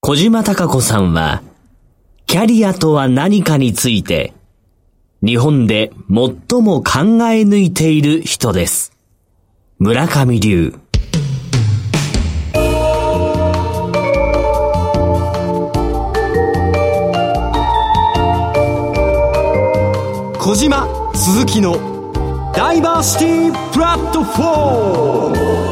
小島貴子さんは、キャリアとは何かについて、日本で最も考え抜いている人です。村上流。小島鈴木のダイバーシティプラットフォーム。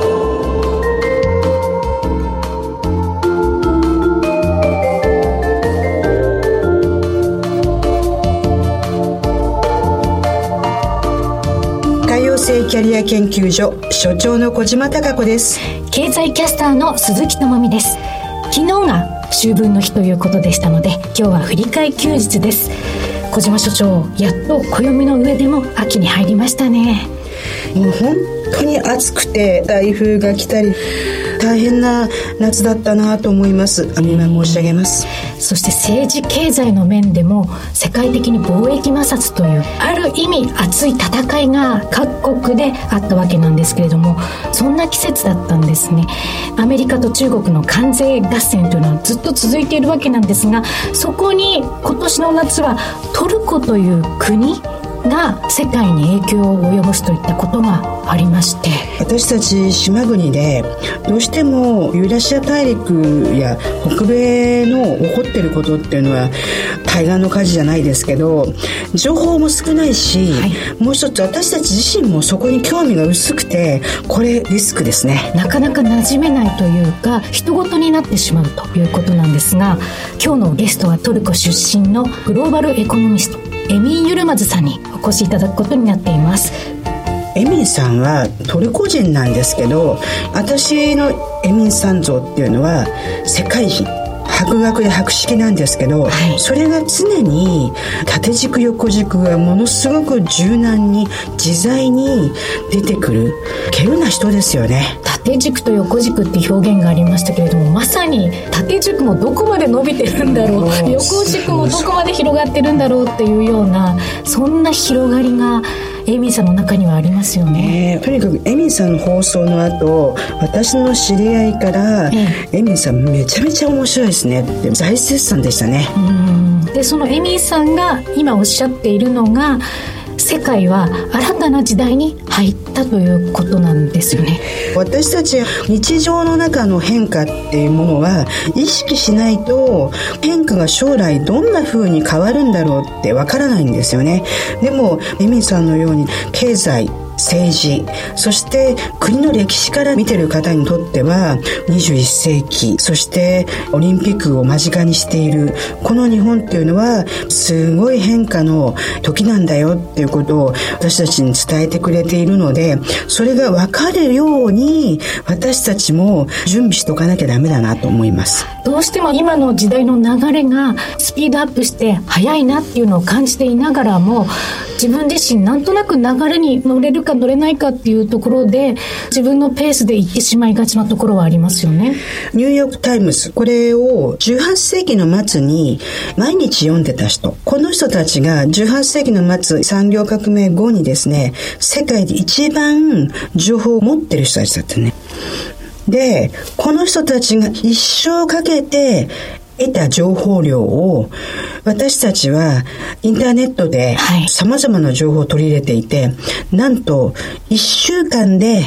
海洋性キャリア研究所所長の小島貴子です。 経済キャスターの鈴木智美です。昨日が秋分の日ということでしたので、今日は振り替え休日です。小島所長、やっと暦の上でも秋に入りましたね。 もう本当に暑くて台風が来たり大変な夏だったなと思います。お見舞い申し上げます。 そして政治経済の面でも世界的に貿易摩擦というある意味熱い戦いが各国であったわけなんですけれども、そんな季節だったんですね。アメリカと中国の関税合戦というのはずっと続いているわけなんですが、そこに今年の夏はトルコという国が世界に影響を及ぼすといったことがありまして、 私たち島国でどうしてもユーラシア大陸や北米の起こっていることっていうのは対岸の火事じゃないですけど、情報も少ないし、もう一つ私たち自身もそこに興味が薄くて、これリスクですね。 なかなか馴染めないというか人事になってしまうということなんですが、今日のゲストはトルコ出身のグローバルエコノミストエミン・ユルマズさんにお越しいただくことになっています。 エミンさんはトルコ人なんですけど、私のエミンさん像っていうのは世界人、博学で博識なんですけど、それが常に縦軸横軸がものすごく柔軟に自在に出てくる稀有な人ですよね。 縦軸と横軸っていう表現がありましたけれども、まさに縦軸もどこまで伸びてるんだろう、横軸もどこまで広がってるんだろうっていうような、そんな広がりがエミンさんの中にはありますよね。 とにかくエミンさんの放送の後、私の知り合いから、エミンさんめちゃめちゃ面白いですねって大絶賛でしたね。 でそのエミンさんが今おっしゃっているのが、世界は新たな時代に入ったということなんですよね。 私たち日常の中の変化っていうものは意識しないと、変化が将来どんな風に変わるんだろうってわからないんですよね。でもエミさんのように経済、政治、そして国の歴史から見てる方にとっては21世紀、そしてオリンピックを間近にしているこの日本っていうのはすごい変化の時なんだよっていうことを私たちに伝えてくれているので、それが分かるように私たちも準備しておかなきゃダメだなと思います。 どうしても今の時代の流れがスピードアップして早いなっていうのを感じていながらも、自分自身なんとなく流れに乗れるか乗れないかっていうところで自分のペースで行ってしまいがちなところはありますよね。 ニューヨークタイムズ、これを18世紀の末に毎日読んでた人、この人たちが18世紀の末、産業革命後にですね、世界で一番情報を持ってる人たちだったね。で、この人たちが一生かけて得た情報量を私たちはインターネットで様々な情報を取り入れていて、なんと1週間で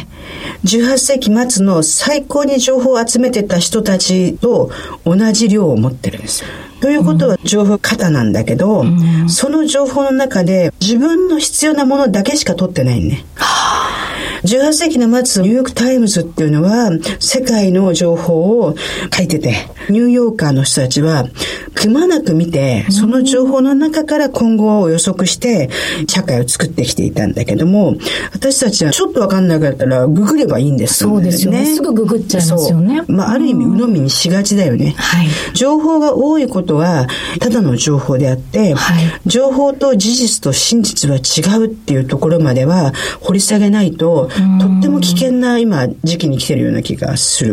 18世紀末の最高に情報を集めてた人たちと同じ量を持ってるんですよ。ということは情報過多なんだけど、その情報の中で自分の必要なものだけしか取ってないね。18世紀の末、ニューヨークタイムズっていうのは世界の情報を書いてて、ニューヨーカーの人たちはくまなく見て、その情報の中から今後を予測して社会を作ってきていたんだけども、私たちはちょっと分かんなかったらググればいいんですよね。 そうですよね。すぐググっちゃいますよね。 ある意味鵜呑みにしがちだよね。情報が多いことはただの情報であって、情報と事実と真実は違うっていうところまでは掘り下げないと、とっても危険な今時期に来てるような気がする。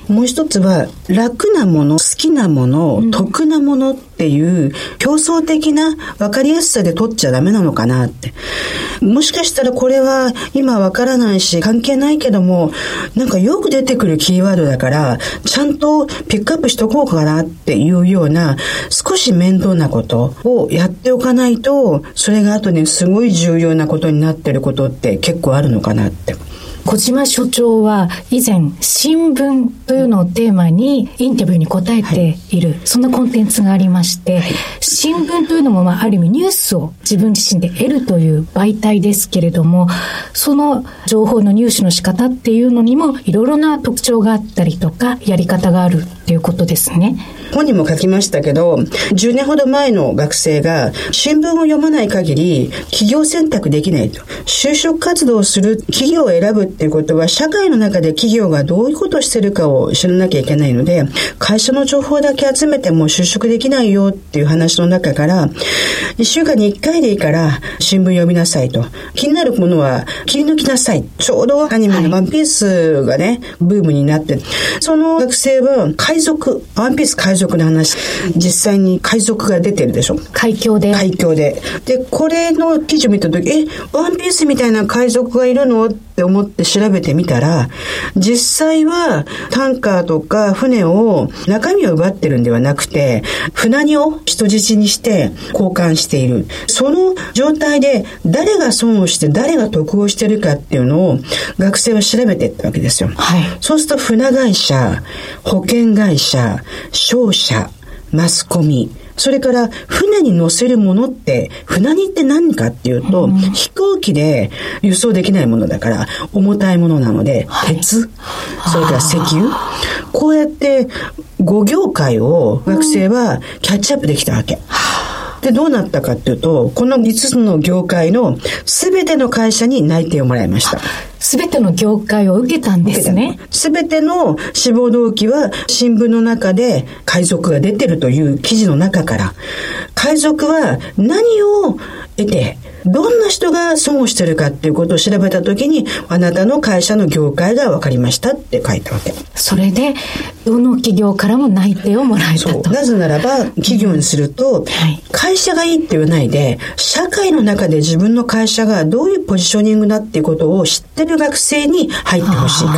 もう一つは楽なもの、好きなもの、得なものっていう競争的な分かりやすさで取っちゃダメなのかなって。もしかしたらこれは今分からないし関係ないけども、なんかよく出てくるキーワードだからちゃんとピックアップしとこうかなっていうような少し面倒なことをやっておかないと、それが後ですごい重要なことになってることって結構あるのかなって。 小島所長は以前新聞というのをテーマにインタビューに答えている、そんなコンテンツがありまして、新聞というのもある意味ニュースを自分自身で得るという媒体ですけれども、その情報の入手の仕方っていうのにもいろいろな特徴があったりとかやり方があるっていうことですね。 本にも書きましたけど、10年ほど前の学生が新聞を読まない限り企業選択できないと。就職活動をする企業を選ぶっていうことは、社会の中で企業がどういうことをしてるかを知らなきゃいけないので、会社の情報だけ集めても就職できないよっていう話の中から、1週間に1回でいいから新聞読みなさいと。気になるものは切り抜きなさい。ちょうどアニメのワンピースがね、ブームになって、その学生はワンピース海賊の話、実際に海賊が出てるでしょ。 海峡で。 で、これの記事を見たとき、ワンピースみたいな海賊がいるのって思って調べてみたら、実際はタンカーとか船を中身を奪ってるんではなくて、船荷を人質にして交換している。その状態で誰が損をして誰が得をしてるかっていうのを学生は調べていったわけですよ。 はい、 そうすると船会社、保険会社、商社、マスコミ、それから船に乗せるものって、船荷って何かっていうと、飛行機で輸送できないものだから重たいものなので、鉄、それから石油、こうやって5業界を学生はキャッチアップできたわけ。で、どうなったかっていうと、この5つの業界の全ての会社に内定をもらいました。 全ての業界を受けたんですね。 全ての志望動機は新聞の中で海賊が出てるという記事の中から、海賊は何を得てどんな人が損をしてるかっていうことを調べたときに、あなたの会社の業界が分かりましたって書いたわけ。 それでどの企業からも内定をもらえたと。 なぜならば企業にすると、会社がいいって言わないで、社会の中で自分の会社がどういうポジショニングだっていうことを知ってる学生に入ってほしいから。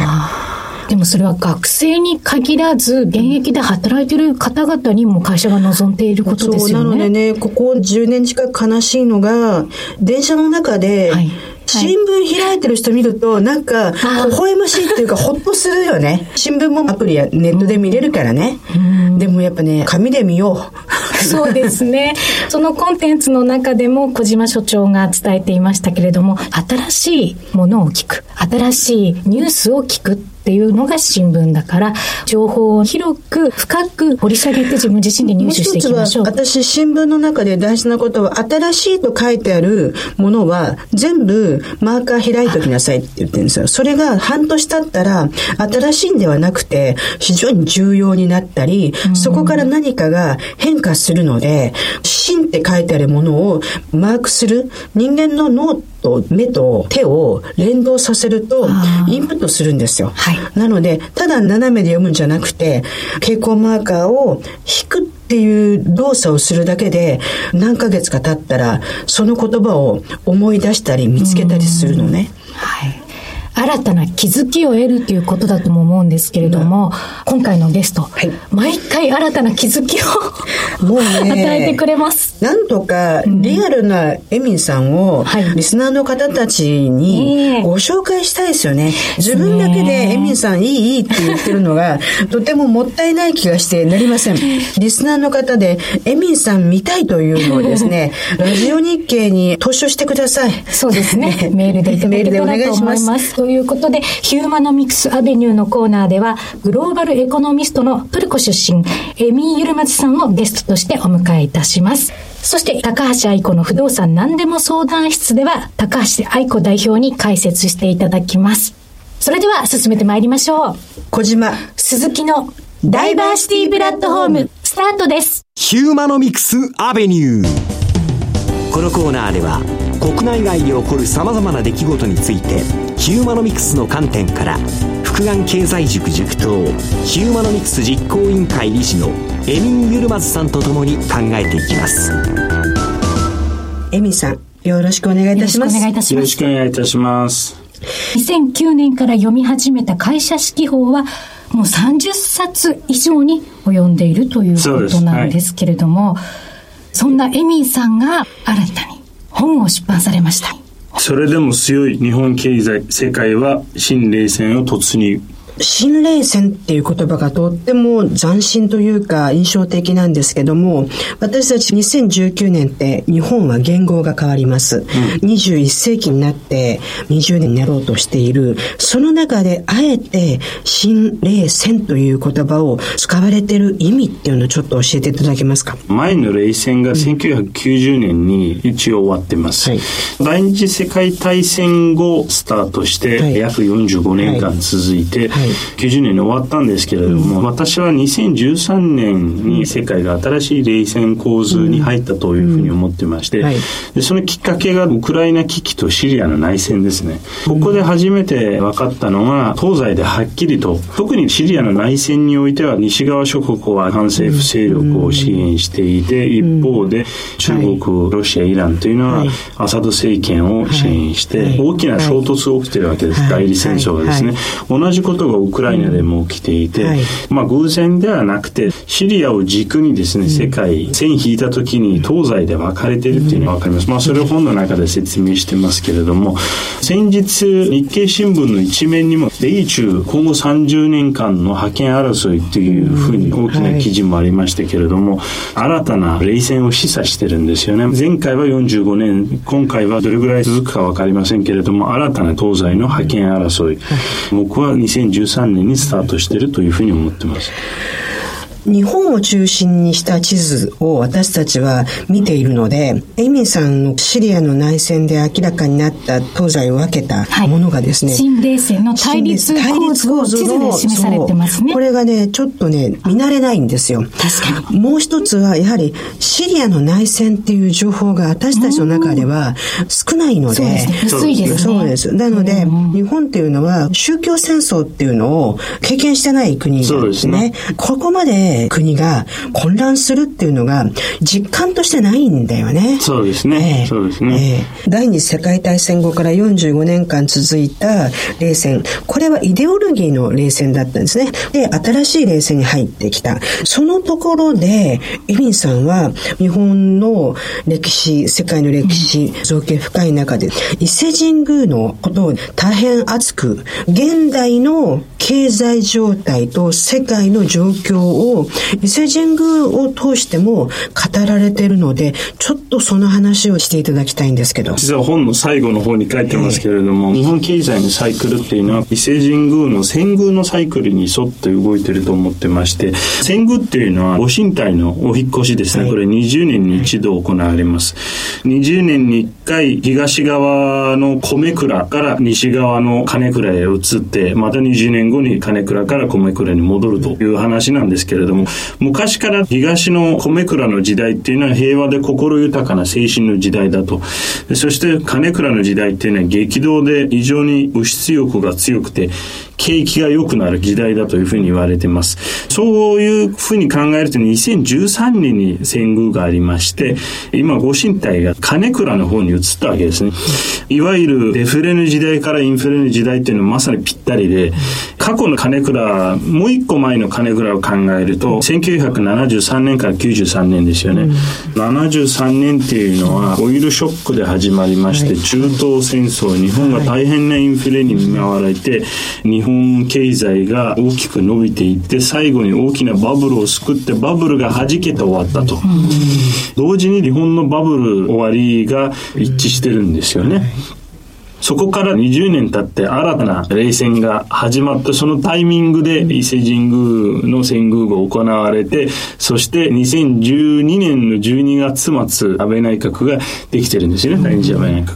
でもそれは学生に限らず、現役で働いている方々にも会社が望んでいることですよね。 そうなのでね、ここ10年近く悲しいのが、電車の中で、新聞開いてる人見ると、なんか、微笑ましいっていうか、ほっとするよね。新聞もアプリやネットで見れるからね。でもやっぱね、紙で見よう。 そうですね。そのコンテンツの中でも小島所長が伝えていましたけれども、新しいものを聞く、新しいニュースを聞くっていうのが新聞だから、情報を広く深く掘り下げて自分自身で入手していきましょう。 もう一つは、私新聞の中で大事なことは、新しいと書いてあるものは全部マーカー開いておきなさいって言ってるんですよ。それが半年経ったら新しいんではなくて非常に重要になったり、そこから何かが変化するので、新って書いてあるものをマークする、人間の脳と目と手を連動させるとインプットするんですよ。なので、ただ斜めで読むんじゃなくて、蛍光マーカーを引くっていう動作をするだけで、何ヶ月か経ったらその言葉を思い出したり見つけたりするのね。 新たな気づきを得るということだとも思うんですけれども、今回のゲスト、毎回新たな気づきをもう、ね、与えてくれます。 なんとかリアルなエミンさんをリスナーの方たちにご紹介したいですよね。自分だけでエミンさんいいって言ってるのがとてももったいない気がしてなりません。リスナーの方でエミンさん見たいというのをですね、ラジオ日経に投書してください。 そうですね。メールでいただけたらと思います。ということで、ヒューマノミクスアベニューのコーナーでは、グローバルエコノミストのトルコ出身、エミー・ユルマズさんをゲストとしてお迎えいたします。そして、高橋愛子の不動産何でも相談室では、高橋愛子代表に解説していただきます。それでは、進めてまいりましょう。 小島鈴木のダイバーシティプラットフォーム、スタートです。 ヒューマノミクスアベニュー。このコーナーでは、国内外に起こる様々な出来事についてヒューマノミクスの観点から深独眼経済塾塾頭ヒューマノミクス実行委員会理事のエミン・ユルマズさんとともに考えていきます。 エミさん、よろしくお願いいたします。 よろしくお願いいたします。 2009年から読み始めた会社指揮法はもう30冊以上に及んでいるということなんですけれども、そんなエミンさんが新たに本を出版されました。 それでも強い日本経済、世界は新冷戦を突入。 新冷戦っていう言葉がとっても斬新というか印象的なんですけども、私たち2019年って日本は元号が変わります、21世紀になって20年になろうとしている。その中であえて新冷戦という言葉を使われている意味っていうのをちょっと教えていただけますか。 前の冷戦が1990年に一応終わってます、第二次世界大戦後スタートして約45年間続いて、90年に終わったんですけれども、私は2013年に世界が新しい冷戦構図に入ったというふうに思ってまして、でそのきっかけがウクライナ危機とシリアの内戦ですね。ここで初めて分かったのが、東西ではっきりと、特にシリアの内戦においては西側諸国は反政府勢力を支援していて、一方で中国、ロシア、イランというのはアサド政権を支援して大きな衝突が起きているわけです、代理戦争がですね。同じことがウクライナでも起きていて、偶然ではなくてシリアを軸にですね、世界線引いた時に東西で分かれているというのが分かります。それを本の中で説明してますけれども、先日日経新聞の一面にも米中今後30年間の覇権争いというふうに大きな記事もありましたけれども、新たな冷戦を示唆してるんですよね。前回は45年、今回はどれぐらい続くか分かりませんけれども、新たな東西の覇権争い、僕は2013年にスタートしているというふうに思ってます。 日本を中心にした地図を私たちは見ているので、エミさんのシリアの内戦で明らかになった東西を分けたものがですね、 新冷戦の対立構図を地図で示されてますね。 これがね、ちょっとね、見慣れないんですよ。 確かに。 もう一つはやはりシリアの内戦っていう情報が私たちの中では少ないので、 そうですね、薄いですね。 そうです。なので、日本っていうのは宗教戦争っていうのを経験してない国なんですね。ここまで国が混乱するっていうのが実感としてないんだよね。 そうですね。そうですね。 第二次世界大戦後から45年間続いた冷戦、これはイデオロギーの冷戦だったんですね。で、新しい冷戦に入ってきた。そのところでエミンさんは日本の歴史、世界の歴史、造形深い中で伊勢神宮のことを大変熱く、現代の経済状態と世界の状況を伊勢神宮を通しても語られているので、ちょっとその話をしていただきたいんですけど。 実は本の最後の方に書いてますけれども、日本経済のサイクルっていうのは伊勢神宮の遷宮のサイクルに沿って動いていると思ってまして、遷宮っていうのはご神体のお引越しですね。これ20年に一度行われます。20年に1回東側の米倉から西側の金倉へ移って、また20年後に金倉から米倉に戻るという話なんですけれども、昔から東の米倉の時代っていうのは平和で心豊かな精神の時代だと。そして金倉の時代っていうのは激動で非常に物質欲が強くて景気が良くなる時代だというふうに言われています。そういうふうに考えると2013年に遷宮がありまして、今ご神体が金倉の方に移ったわけですね。いわゆるデフレの時代からインフレの時代っていうのはまさにぴったりで、過去の金倉、もう一個前の金倉を考えると1973年から93年ですよね。73年っていうのはオイルショックで始まりまして、中東戦争、日本が大変なインフレに見舞われて、日本経済が大きく伸びていって、最後に大きなバブルを救ってバブルが弾けて終わったと。同時に日本のバブル終わりが一致してるんですよね。そこから20年経って新たな冷戦が始まって、そのタイミングで伊勢神宮の遷宮が行われて、そして2012年の12月末安倍内閣ができてるんですよね。第二次安倍内閣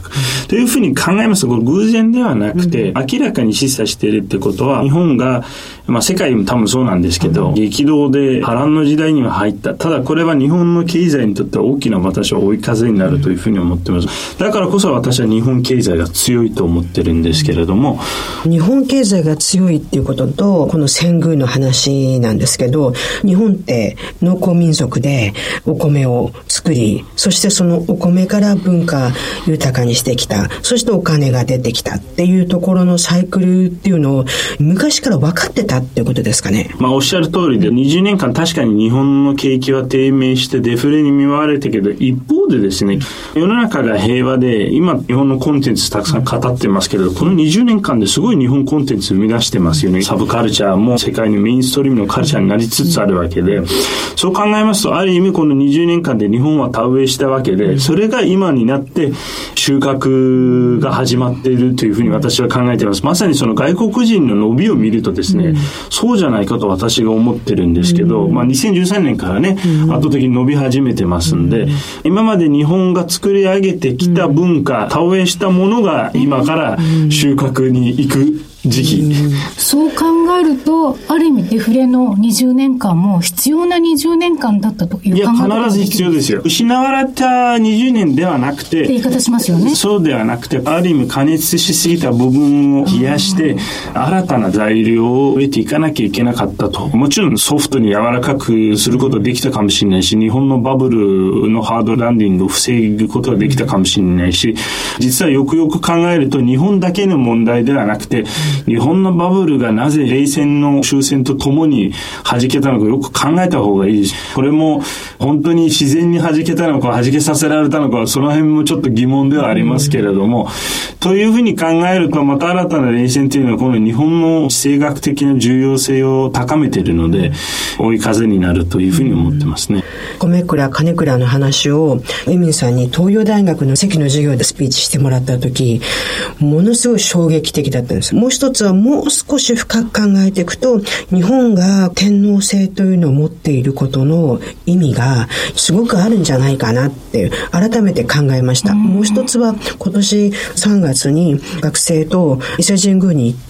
というふうに考えますと、これ偶然ではなくて、明らかに示唆しているってことは、日本が、世界も多分そうなんですけど、激動で波乱の時代には入った。ただこれは日本の経済にとっては大きな私は追い風になるというふうに思ってます。だからこそ私は日本経済が強いと思ってるんですけれども。 日本経済が強いっていうことと、この遷宮の話なんですけど、日本って農耕民族でお米を作り、そしてそのお米から文化豊かにしてきた。そしてお金が出てきたっていうところのサイクルっていうのを昔から分かってたっていうことですかね。 おっしゃる通りで、20年間確かに日本の景気は低迷してデフレに見舞われたけど、一方でですね、世の中が平和で、今日本のコンテンツたくさん語ってますけれど、この20年間ですごい日本コンテンツ生み出してますよね。サブカルチャーも世界のメインストリームのカルチャーになりつつあるわけで、そう考えますと、ある意味この20年間で日本は田植えしたわけで、それが今になって収穫が始まっているというふうに私は考えています。まさにその外国人の伸びを見るとですね、そうじゃないかと私が思ってるんですけど、2013年からね、圧倒的に伸び始めてますんで、今まで日本が作り上げてきた文化、田植えしたものが今から収穫に行く時期。 そう考えると、ある意味デフレの20年間も必要な20年間だったという考え方。 いや、必ず必要ですよ。失われた20年ではなくて、 って言い方しますよね。 そうではなくて、ある意味加熱しすぎた部分を冷やして、新たな材料を得ていかなきゃいけなかったと。もちろんソフトに柔らかくすることができたかもしれないし、日本のバブルのハードランディングを防ぐことができたかもしれないし、実はよくよく考えると日本だけの問題ではなくて、日本のバブルがなぜ冷戦の終戦とともに弾けたのかよく考えた方がいいし、これも本当に自然に弾けたのか弾けさせられたのか、その辺もちょっと疑問ではありますけれども、というふうに考えると、また新たな冷戦というのはこの日本の地政学的な重要性を高めているので、追い風になるというふうに思ってますね。 米倉金倉の話をエミンさんに東洋大学の席の授業でスピーチしてもらった時、ものすごい衝撃的だったんです。もう一つはもう少し深く考えていくと、日本が天皇制というのを持っていることの意味がすごくあるんじゃないかなって改めて考えました。もう一つは今年3月に学生と伊勢神宮に行って、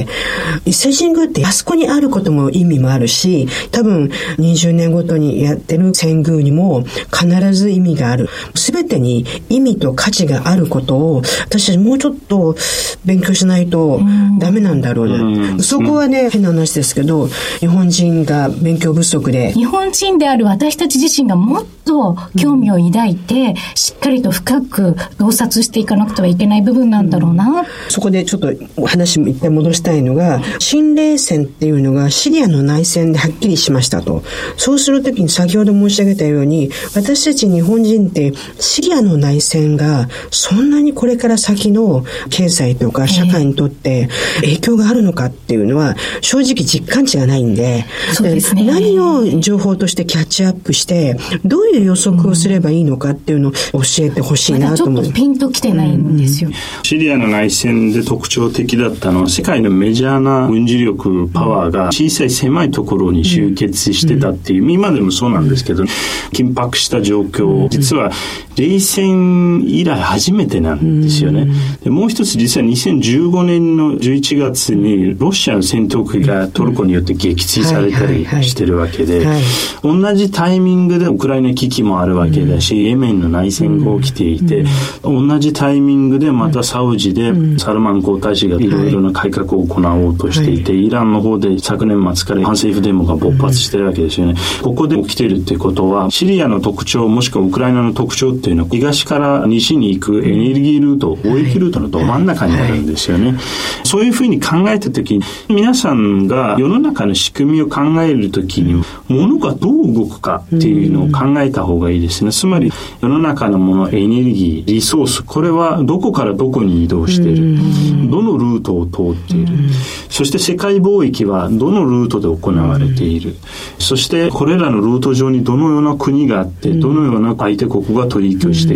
伊勢神宮ってあそこにあることも意味もあるし、多分20年ごとにやってる遷宮にも必ず意味がある。全てに意味と価値があることを私たちもうちょっと勉強しないとダメなんだろうな。そこはね、変な話ですけど、日本人が勉強不足で、 日本人である私たち自身がもっと興味を抱いて、しっかりと深く洞察していかなくてはいけない部分なんだろうな。 そこでちょっと話も一回戻したいのが、新冷戦っていうのがシリアの内戦ではっきりしましたと。そうするときに先ほど申し上げたように、私たち日本人ってシリアの内戦がそんなにこれから先の経済とか社会にとって影響があるのかっていうのは正直実感値がないんで、 そうですね、 何を情報としてキャッチアップしてどういう予測をすればいいのかっていうのを教えてほしいなと思う。 まだちょっとピンときてないんですよ。 シリアの内戦で特徴的だったのは、世界のメジャーな軍事力パワーが小さい狭いところに集結してたっていう、今でもそうなんですけど、緊迫した状況、実は冷戦以来初めてなんですよね。でもう一つ、実は2015年の11月にロシアの戦闘機がトルコによって撃墜されたりしてるわけで、同じタイミングでウクライナ危機もあるわけだし、イエメンの内戦が起きていて、同じタイミングでまたサウジでサルマン皇太子がいろいろな改革を行おうとしていて、イランの方で昨年末から反政府デモが勃発してるわけですよね。ここで起きてるっていうことは、シリアの特徴もしくはウクライナの特徴っていうのは、東から西に行くエネルギールート、貿易ルートのど真ん中にあるんですよね。そういうふうに考えたときに、皆さんが世の中の仕組みを考えるときに、物がどう動くかっていうのを考えた方がいいですね。つまり世の中のもの、エネルギー、リソース、これはどこからどこに移動している、どのルートを通っている、そして世界貿易はどのルートで行われている、そしてこれらのルート上にどのような国があって、どのような相手国が取引をしている。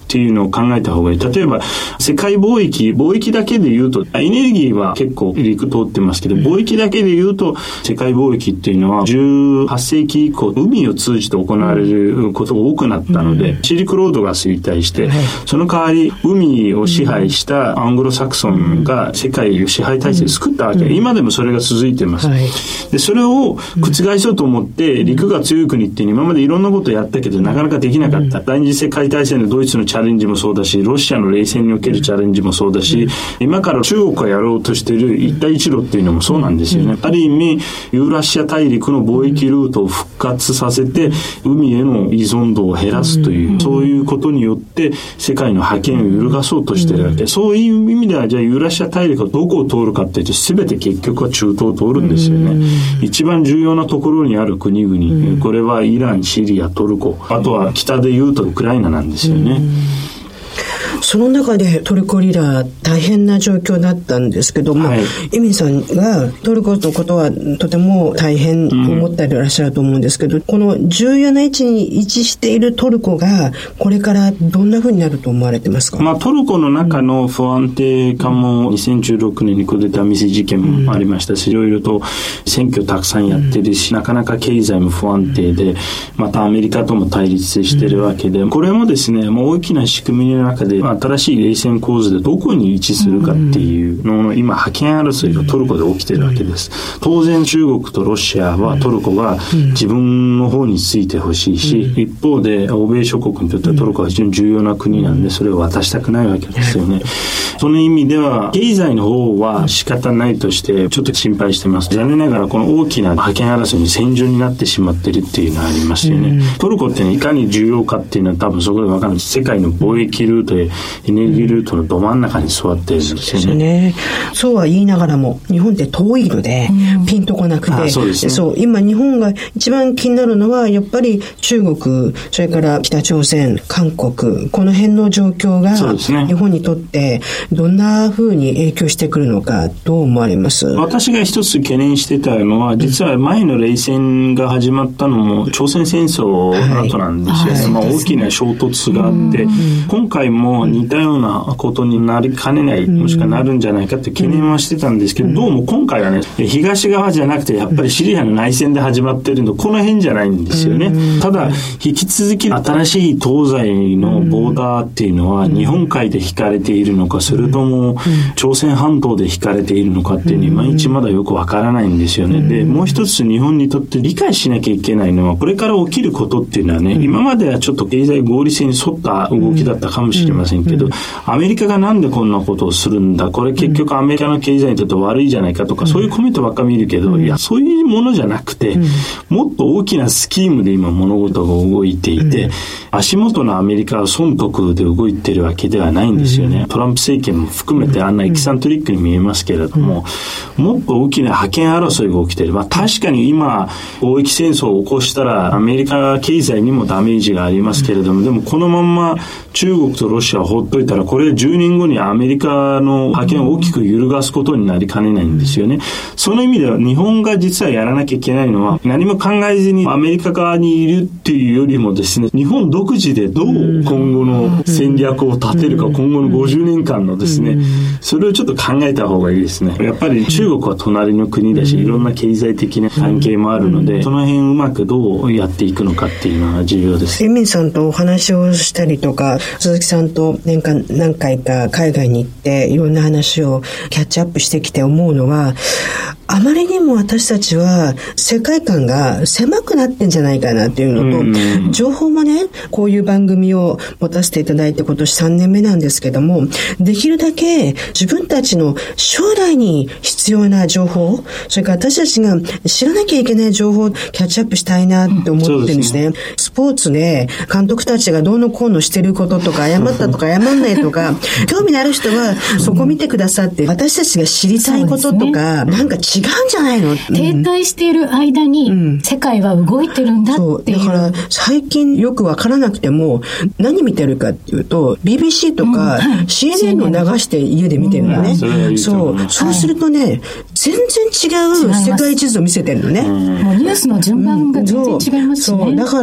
っていうのを考えた方がいい。例えば世界貿易だけで言うとエネルギーは結構陸通ってますけど、貿易だけで言うと世界貿易っていうのは18世紀以降海を通じて行われることが多くなったので、シルクロードが衰退して、その代わり海を支配したアングロサクソンが世界を支配体制を作ったわけ。今でもそれが続いています。でそれを覆そうと思って陸が強い国っていうのは今までいろんなことをやったけどなかなかできなかった。第二次世界大戦のドイツのチャレンジもそうだし、ロシアの冷戦におけるチャレンジもそうだし、今から中国がやろうとしている一帯一路っていうのもそうなんですよね。ある意味ユーラシア大陸の貿易ルートを復活させて海への依存度を減らすという、そういうことによって世界の覇権を揺るがそうとしているわけ。そういう意味ではじゃあユーラシア大陸はどこを通るかっていうと全て結局は中東を通るんですよね。一番重要なところにある国々、これはイラン、シリア、トルコ、あとは北でいうとウクライナなんですよね。 その中でトルコリラ大変な状況だったんですけども、エミンさんがトルコのことはとても大変思っていらっしゃると思うんですけど、この重要な位置に位置しているトルコがこれからどんな風になると思われてますか？ トルコの中の不安定化も2016年にクーデター未遂事件もありましたし、いろいろと選挙たくさんやってるし、なかなか経済も不安定で、またアメリカとも対立してるわけで、これもですね、もう大きな仕組みの中で新しい冷戦構図でどこに位置するかっていうのの今覇権争いがトルコで起きてるわけです。当然中国とロシアはトルコが自分の方についてほしいし、一方で欧米諸国にとってはトルコは非常に重要な国なんでそれを渡したくないわけですよね。その意味では経済の方は仕方ないとしてちょっと心配してます。残念ながらこの大きな覇権争いに戦場になってしまってるっていうのはありますよね。トルコっていかに重要かっていうのは多分そこで分かるんです。世界の貿易ルートへエネルギールートのど真ん中に座っているんですよね。 そうは言いながらも日本って遠いのでピンとこなくて、そう今日本が一番気になるのはやっぱり中国、それから北朝鮮、韓国、この辺の状況が日本にとってどんな風に影響してくるのかどう思われます？ 私が一つ懸念してたのは実は前の冷戦が始まったのも朝鮮戦争の後なんですよね。大きな衝突があって今回も似たようなことになりかねない、もしくはなるんじゃないかって懸念はしてたんですけど、どうも今回はね東側じゃなくてやっぱりシリアの内戦で始まってるのこの辺じゃないんですよね。ただ引き続き新しい東西のボーダーっていうのは日本海で引かれているのかそれとも朝鮮半島で引かれているのかっていうのはいまいちまだよくわからないんですよね。でもう一つ日本にとって理解しなきゃいけないのはこれから起きることっていうのはね、今まではちょっと経済合理性に沿った動きだったかもしれませんけど、アメリカがなんでこんなことをするんだ、これ結局アメリカの経済にとって悪いじゃないかとか、そういうコメントばっか見るけど、いやそういうものじゃなくて、もっと大きなスキームで今物事が動いていて、足元のアメリカは損得で動いてるわけではないんですよね。トランプ政権も含めてあんなエキサントリックに見えますけれども、もっと大きな覇権争いが起きている。確かに今貿易戦争を起こしたらアメリカ経済にもダメージがありますけれども、でもこのまんま中国とロシアを放っといたらこれ10年後にアメリカの覇権を大きく揺るがすことになりかねないんですよね。その意味では日本が実はやらなきゃいけないのは何も考えずにアメリカ側にいるっていうよりもですね、日本独自でどう今後の戦略を立てるか、今後の50年間のですね、それをちょっと考えた方がいいですね。やっぱり中国は隣の国だし、いろんな経済的な関係もあるので、その辺うまくどうやっていくのかっていうのが重要です。 エミンさんとお話をしたりとか、鈴木さんと年間何回か海外に行っていろんな話をキャッチアップしてきて思うのは、あまりにも私たちは世界観が狭くなってんじゃないかなっていうのと、情報もね、こういう番組を持たせていただいて今年3年目なんですけども、できるだけ自分たちの将来に必要な情報、それから私たちが知らなきゃいけない情報をキャッチアップしたいなって思ってるんですね。スポーツで監督たちがどうのこうのしてることとか、謝ったとか謝んないとか興味のある人はそこ見てくださって、私たちが知りたいこととか、なんか違違うんじゃないの、 停滞している間に世界は動いてるんだっていう、 だから最近よくわからなくても何見てるかっていうと BBC とか CNN を流して家で見てるのね、そうするとね、全然違う世界地図を見せてるのね、 もうニュースの順番が全然違いますしね、 そうだから、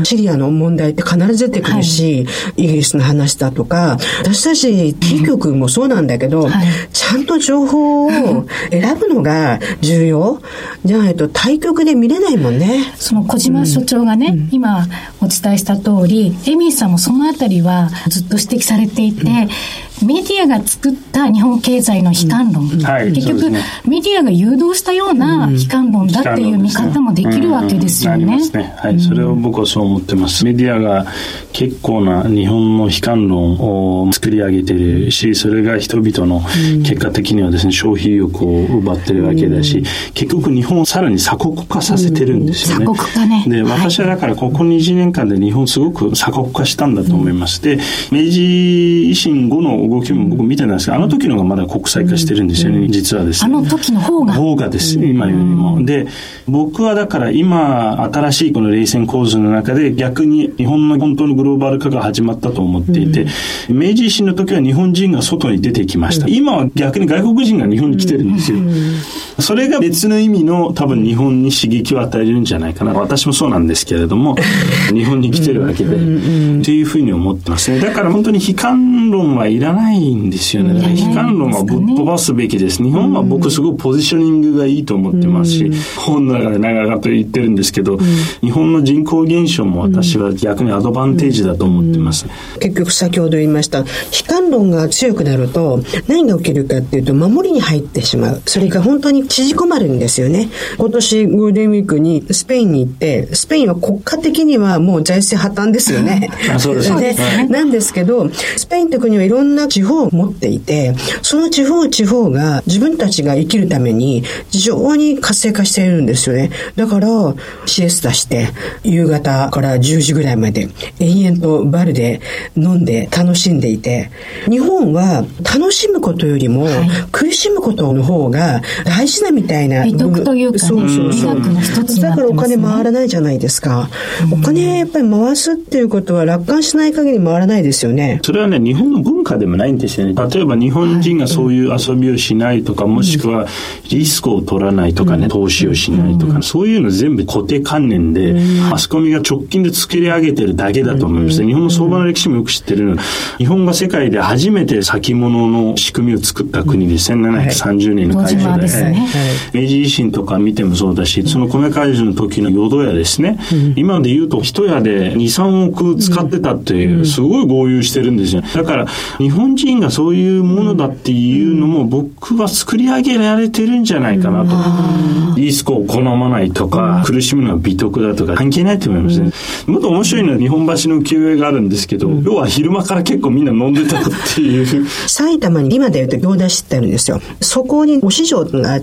シリアの問題って必ず出てくるし、イギリスの話だとか、私たちキー局もそうなんだけど、ちゃんと情報を選ぶのが重要じゃないと対局で見れないもんね。 その小島所長がね、今お伝えした通り、エミーさんもそのあたりはずっと指摘されていて、メディアが作った日本経済の悲観論、結局、メディアが誘導したような悲観論だっていう見方もできるわけですよね。 それを僕はそう思ってます。メディアが結構な日本の悲観論を作り上げているし、それが人々の結果的にはですね、消費欲を奪ってるわけだし、結局日本をさらに鎖国化させてるんですよね。 鎖国化ね。 で、私はだからここ20年間で日本すごく鎖国化したんだと思います。で、明治維新後の動きも僕見てたんですが、あの時のがまだ国際化してるんですよね、実はですね。 あの時の方がです、今よりも。で、僕はだから今、新しいこの冷戦構図の中で逆に日本の本当のグローバル化が始まったと思っていて、明治維新の時は日本人が外に出てきました。今は逆に外国人が日本に来てるんですよ。それが別の意味の多分日本に刺激を与えるんじゃないかな。私もそうなんですけれども、日本に来てるわけで、っていうふうに思ってますね。だから本当に悲観論はいらないんですよね。だから悲観論はぶっ飛ばすべきです。日本は僕すごくポジショニングがいいと思ってますし、本の中で長々と言ってるんですけど、日本の人口減少も私は逆にアドバンテージだと思ってます。 結局先ほど言いました、悲観論が強くなると何が起きるかっていうと守りに入ってしまう。それが本当に縮こまるんですよね。今年ゴールデンウィークにスペインに行って、スペインは国家的にはもう財政破綻ですよね。 そうですね。 なんですけど、スペインという国はいろんな地方を持っていて、その地方が自分たちが生きるために非常に活性化しているんですよね。だからシエスタして夕方から10時ぐらいまで延々とバルで飲んで楽しんでいて、日本は楽しむことよりも苦しむことの方が大事なみたいな、 美徳というかね、美学の一つになってますね。 だからお金回らないじゃないですか。お金やっぱり回すっていうことは楽観しない限り回らないですよね。 それはね、日本の文化でもないんですよね。例えば日本人がそういう遊びをしないとか、もしくはリスクを取らないとかね、投資をしないとか、そういうの全部固定観念で、マスコミが直近で作り上げてるだけだと思います。日本の相場の歴史もよく知ってるの。日本が世界で初めて先物の仕組みを作った国で、1730年の開場で、明治維新とか見てもそうだし、その米開場の時の淀屋ですね、今で言うと一屋で2、3億使ってたっていう、すごい豪遊してるんですよ。だから日本人がそういうものだっていうのも僕は作り上げられてるんじゃないかなと。リスクを好まないとか、苦しむのは美徳だとか関係ないと思いますね。もっと面白いのは日本橋の浮世絵があるんですけど、要は昼間から結構みんな飲んでたっていう埼玉に今で言うと行田市ってあるんですよ。そこにお市場があって、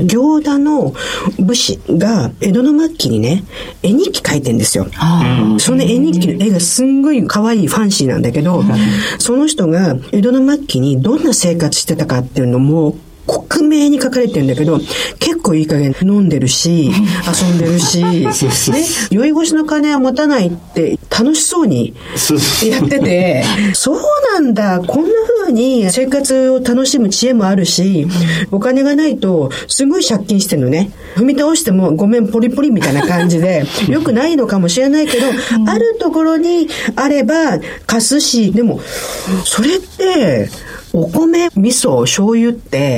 行田の武士が江戸の末期にね、絵日記書いてるんですよ。その絵日記の絵がすんごい可愛いファンシーなんだけど、その人が江戸の末期にどんな生活してたかっていうのも克明に書かれてるんだけど、結構いい加減飲んでるし遊んでるしね、酔い越しの金は持たないって楽しそうにやっててそうなんだ、こんな風に生活を楽しむ知恵もあるし、お金がないとすごい借金してるのね。踏み倒してもごめんポリポリみたいな感じでよくないのかもしれないけど、あるところにあれば貸すし、でもそれってお米、味噌、醤油って、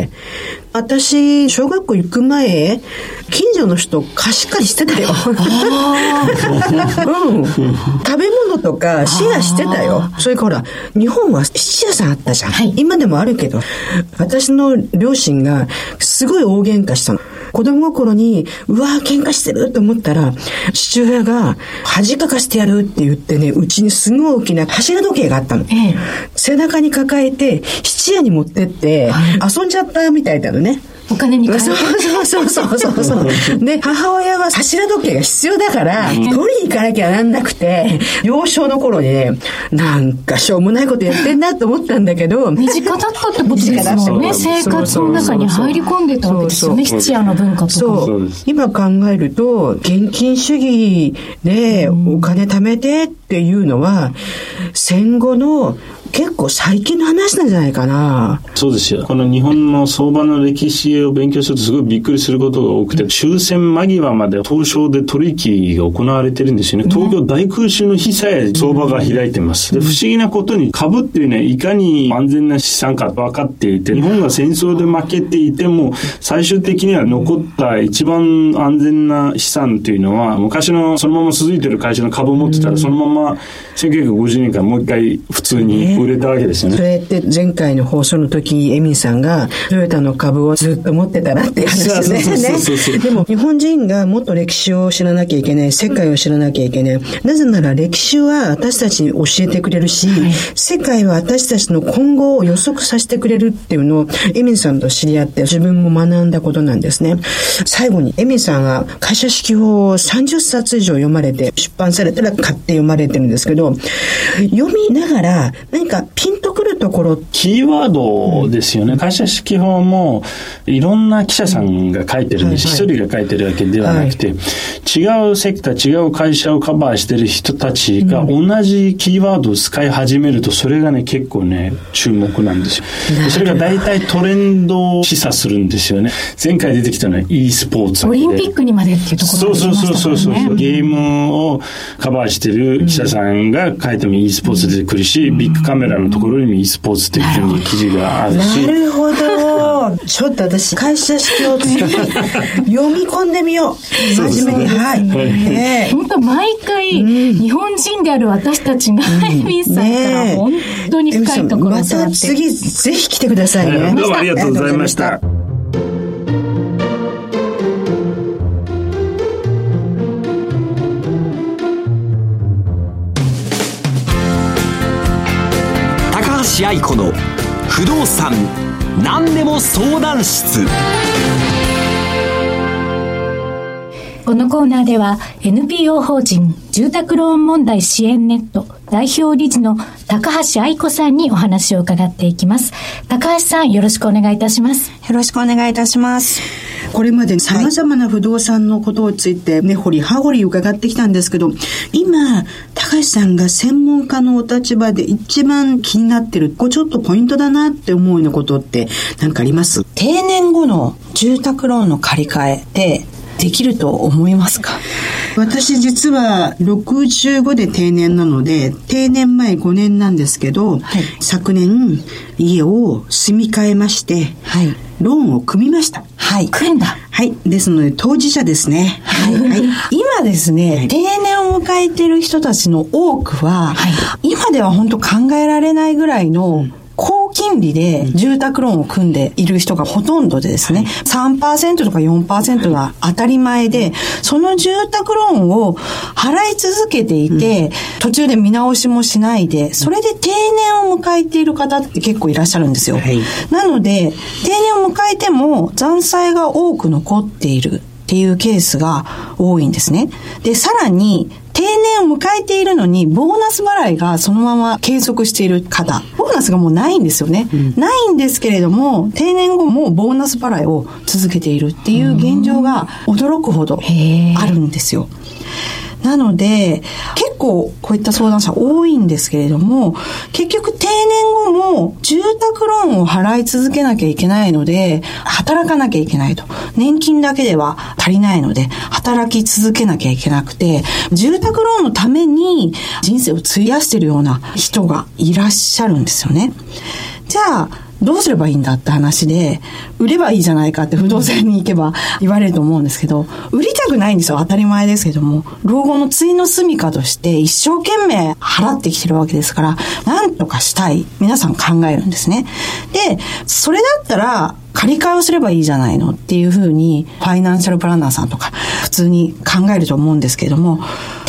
私、小学校行く前、近所の人貸し借りしてたよ。食べ物とかシェアしてたよ。それから日本は質屋さんあったじゃん。今でもあるけど、私の両親がすごい大喧嘩したの。子供心にうわー喧嘩してると思ったら、父親が恥かかしてやるって言ってね、うちにすごい大きな柱時計があったの。背中に抱えて質屋に持ってって遊んじゃったみたいなのね。 お金に換えて。 そうで、母親は柱時計が必要だから取りに行かなきゃなんなくて、幼少の頃にね、なんかしょうもないことやってんなと思ったんだけど、 身近だったってことですもんね。生活の中に入り込んでたわけですよね。質屋の文化とか。 そう今考えると現金主義でお金貯めてっていうのは戦後の結構最近の話なんじゃないかな。 そうですよ。この日本の相場の歴史を勉強するとすごいびっくりすることが多くて、終戦間際まで東証で取引が行われてるんですよね。東京大空襲の日さえ相場が開いてます。で、不思議なことに株っていうのはいかに安全な資産か分かっていて、日本が戦争で負けていても最終的には残った一番安全な資産っていうのは昔のそのまま続いてる会社の株を持ってたらそのまま1950年からもう一回普通に売れたわけですよね。 それって前回の放送の時エミンさんがトヨタの株をずっと持ってたなっていう話ですね。でも日本人がもっと歴史を知らなきゃいけない、世界を知らなきゃいけない。なぜなら歴史は私たちに教えてくれるし、世界は私たちの今後を予測させてくれるっていうのをエミンさんと知り合って自分も学んだことなんですね。最後にエミンさんは会社指揮法を30冊以上読まれて、出版されたら買って読まれてるんですけど、読みながら何かピンとくるところ、 キーワードですよね。会社指揮法もいろんな記者さんが書いてるんです。一人が書いてるわけではなくて、違うセクター、違う会社をカバーしてる人たちが同じキーワードを使い始めると、それがね、結構ね、注目なんですよ。それが大体トレンドを示唆するんですよね。前回出てきたのは e スポーツ。 オリンピックにまでっていうところがありましたからね。 そう。ゲームをカバーしてる記者さんが書いても e スポーツ出てくるし、ビッグカメラのところにも e スポーツっていうふうに記事があるし。 なるほど。ちょっと私会社指揮を読み込んでみよう。真面目に。はい。 本当毎回、日本人である私たちがエミンさんから本当に深いところをまた次ぜひ来てくださいね。 どうもありがとうございました。 高橋愛子の不動産何でも相談室。 このコーナーでは NPO 法人住宅ローン問題支援ネット代表理事の高橋愛子さんにお話を伺っていきます。高橋さん、よろしくお願いいたします。 よろしくお願いいたします。 これまで様々な不動産のことについて根掘り葉掘り伺ってきたんですけど、今高橋さんが専門家のお立場で一番気になってる、ちょっとポイントだなって思うようなことって何かあります？ 定年後の住宅ローンの借り換えってできると思いますか？ 私実は65で定年なので定年前5年なんですけど、昨年家を住み替えまして、ローンを組みました。 組んだ。 ですので当事者ですね。 今ですね、定年を迎えている人たちの多くは、今では本当考えられないぐらいの高金利で住宅ローンを組んでいる人がほとんどでですね、3% とか 4% が当たり前で、その住宅ローンを払い続けていて、途中で見直しもしないで、それで定年を迎えている方って結構いらっしゃるんですよ。なので、定年を迎えても残債が多く残っているっていうケースが多いんですね。で、さらに、定年を迎えているのにボーナス払いがそのまま継続している方、ボーナスがもうないんですよね。ないんですけれども定年後もボーナス払いを続けているっていう現状が驚くほどあるんですよ。なので結構こういった相談者多いんですけれども、結局定年後も住宅ローンを払い続けなきゃいけないので働かなきゃいけないと、年金だけでは足りないので働き続けなきゃいけなくて、住宅ローンのために人生を費やしているような人がいらっしゃるんですよね。じゃあどうすればいいんだって話で、売ればいいじゃないかって不動産に行けば言われると思うんですけど、売りたくないんですよ、当たり前ですけども。老後の対の住みかとして一生懸命払ってきてるわけですから、なんとかしたい、皆さん考えるんですね。で、それだったら借り換えをすればいいじゃないのっていうふうにファイナンシャルプランナーさんとか普通に考えると思うんですけれども、定年